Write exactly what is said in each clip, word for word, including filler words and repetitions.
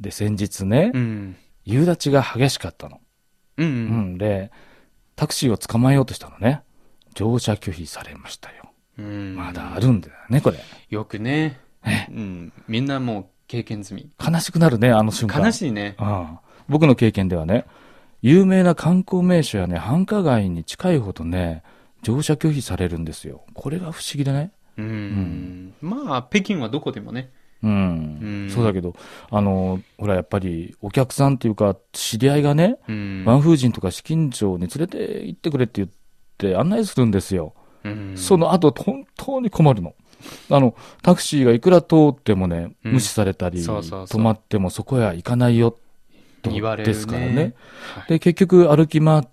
で、先日ね、 うん、 夕立が激しかったの。 うん、ううんん。で、タクシーを捕まえようとしたのね。乗車拒否されましたよ。 うん、 まだあるんだよね、これ。 よくね、 えうん、みんなもう経験済み。 悲しくなるね、あの瞬間。 悲しいね。 うん。僕の経験ではね、有名な観光名所やね、繁華街に近いほどね、乗車拒否されるんですよ。これが不思議でね。 うん、 んまあ、北京はどこでもね。 うん。 うんそうだけど、あの、ほら、やっぱり、お客さんっていうか、知り合いがね、 うん、 ワンフージンとか紫禁町に連れて行ってくれって言って案内するんですよ。 うん、 その後、本当に困るの。あの、タクシーがいくら通ってもね、 うん無視されたり、 そうそうそう止まってもそこへは行かないよ、と言われるね。 ですからね。 はいで、結局歩き回って、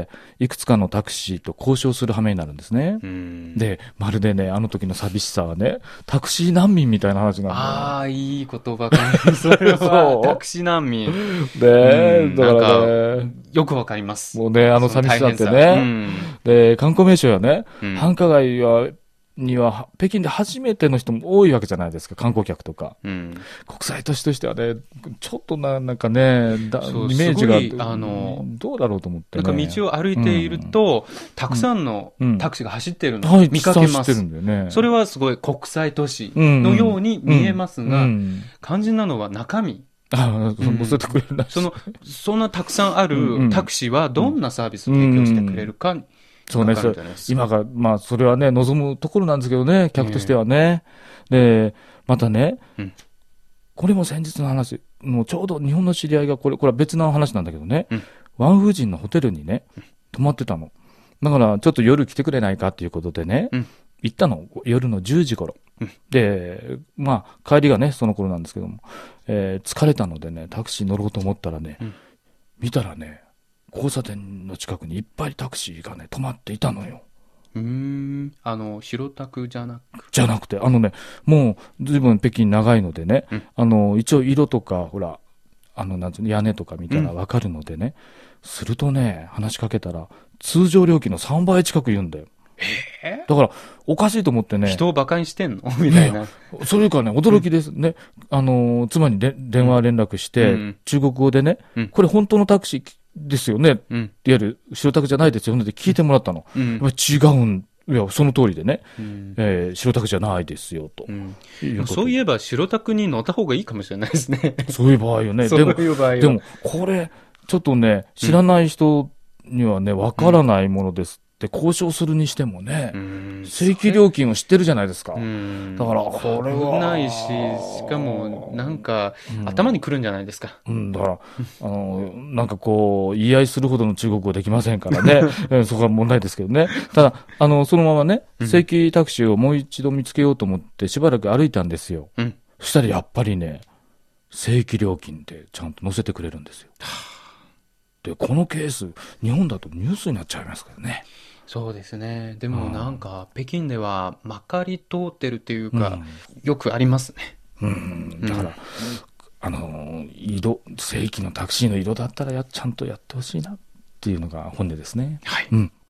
いくつかのタクシーと交渉する羽目になるんですね。 うん、 で、まるでね、あの時の寂しさはね、タクシー難民みたいな話なんだよ。 ああ、いい言葉かね。それそは、 うタクシー難民。 で、 うんだからなんね、 よくわかります。 もうね、あの寂しさってその大変さね。で、観光名所やね、 うん繁華街は、には、北京で初めての人も多いわけじゃないですか、観光客とか。 うんうん国際都市としてはね、ちょっとな、なんかね、だそうイメージがすごいあのどうだろうと思ってなんね。 か道を歩いていると、たくさんのうんタクシーが走ってるのはい、 を見かけま知ってるす。 んだよね。 それはすごい国際都市のように見えますうんうが、 ん肝心なのは中身。 ああ、 うん乗せてくれるな。 その、そんなたくさんあうんうんるタクシーはどんなサービスを提供してくれるかにそうね、 かかそれるんじゃないですか。 今が、まあ、それはね、望むところなんですけどね、客としてはね。で、またね、 うんこれも先日の話、もうちょうど日本の知り合いが、これ、これは別の話なんだけどね、 うんワンフージンのホテルにね、泊まってたの。だから、ちょっと夜来てくれないかっていうことでね、 うん行ったの、夜のじゅうじ頃。 うんで、まあ、帰りがね、その頃なんですけども、えー疲れたのでね、タクシー乗ろうと思ったらね、 うん見たらね、交差点の近くにいっぱいタクシーがね、止まっていたのよ。 うーん。あの、白タクじゃなく。 じゃなくて、あのね、もう、ずいぶん北京長いのでね、 うんあの、一応色とか、ほら、あの、なんつうの、屋根とか見たらわかるのでね、するとね、話しかけたら、通常料金のさんばい近く言うんだよ。 えだから、おかしいと思ってね、 人を馬鹿にしてんのみたいな。 それかね、驚きですね。あの、妻にで電話連絡して、 うん中国語でね、 うんこれ本当のタクシーですよね、いわうん。 ゆる白タクじゃないですよねって聞いてもらったの。 うんやっぱり違うん、いや、その通りでね、 うんえー白タクじゃないですよ、と。 うんいうことそういえば白タクに乗った方がいいかもしれないですね。 そういう場合よね。 そうでも、 いう場合は。 でも、これ、ちょっとね、知らない人にはね、わからないものですって、交渉するにしてもね、 うん、 正規料金を知ってるじゃないですか。 うんだからこれは危ないし、しかも、なんか、 うん頭にくるんじゃないですか。 うん、だから、あの、なんかこう、言い合いするほどの中国語できませんからね。えーそこは問題ですけどね。ただ、あの、そのままね、 うん正規タクシーをもう一度見つけようと思ってしばらく歩いたんですよ。 うん。 そしたらやっぱりね、正規料金でちゃんと乗せてくれるんですよ。で、このケース、日本だとニュースになっちゃいますからね。 そうですね。でもなんか、北京ではまかり通ってるっていうか、 うんよくありますね。 うん、だから、あの、色、正規のタクシーの色だったらや、ちゃんとやってほしいなっていうのが本音ですね。 はい。 うん。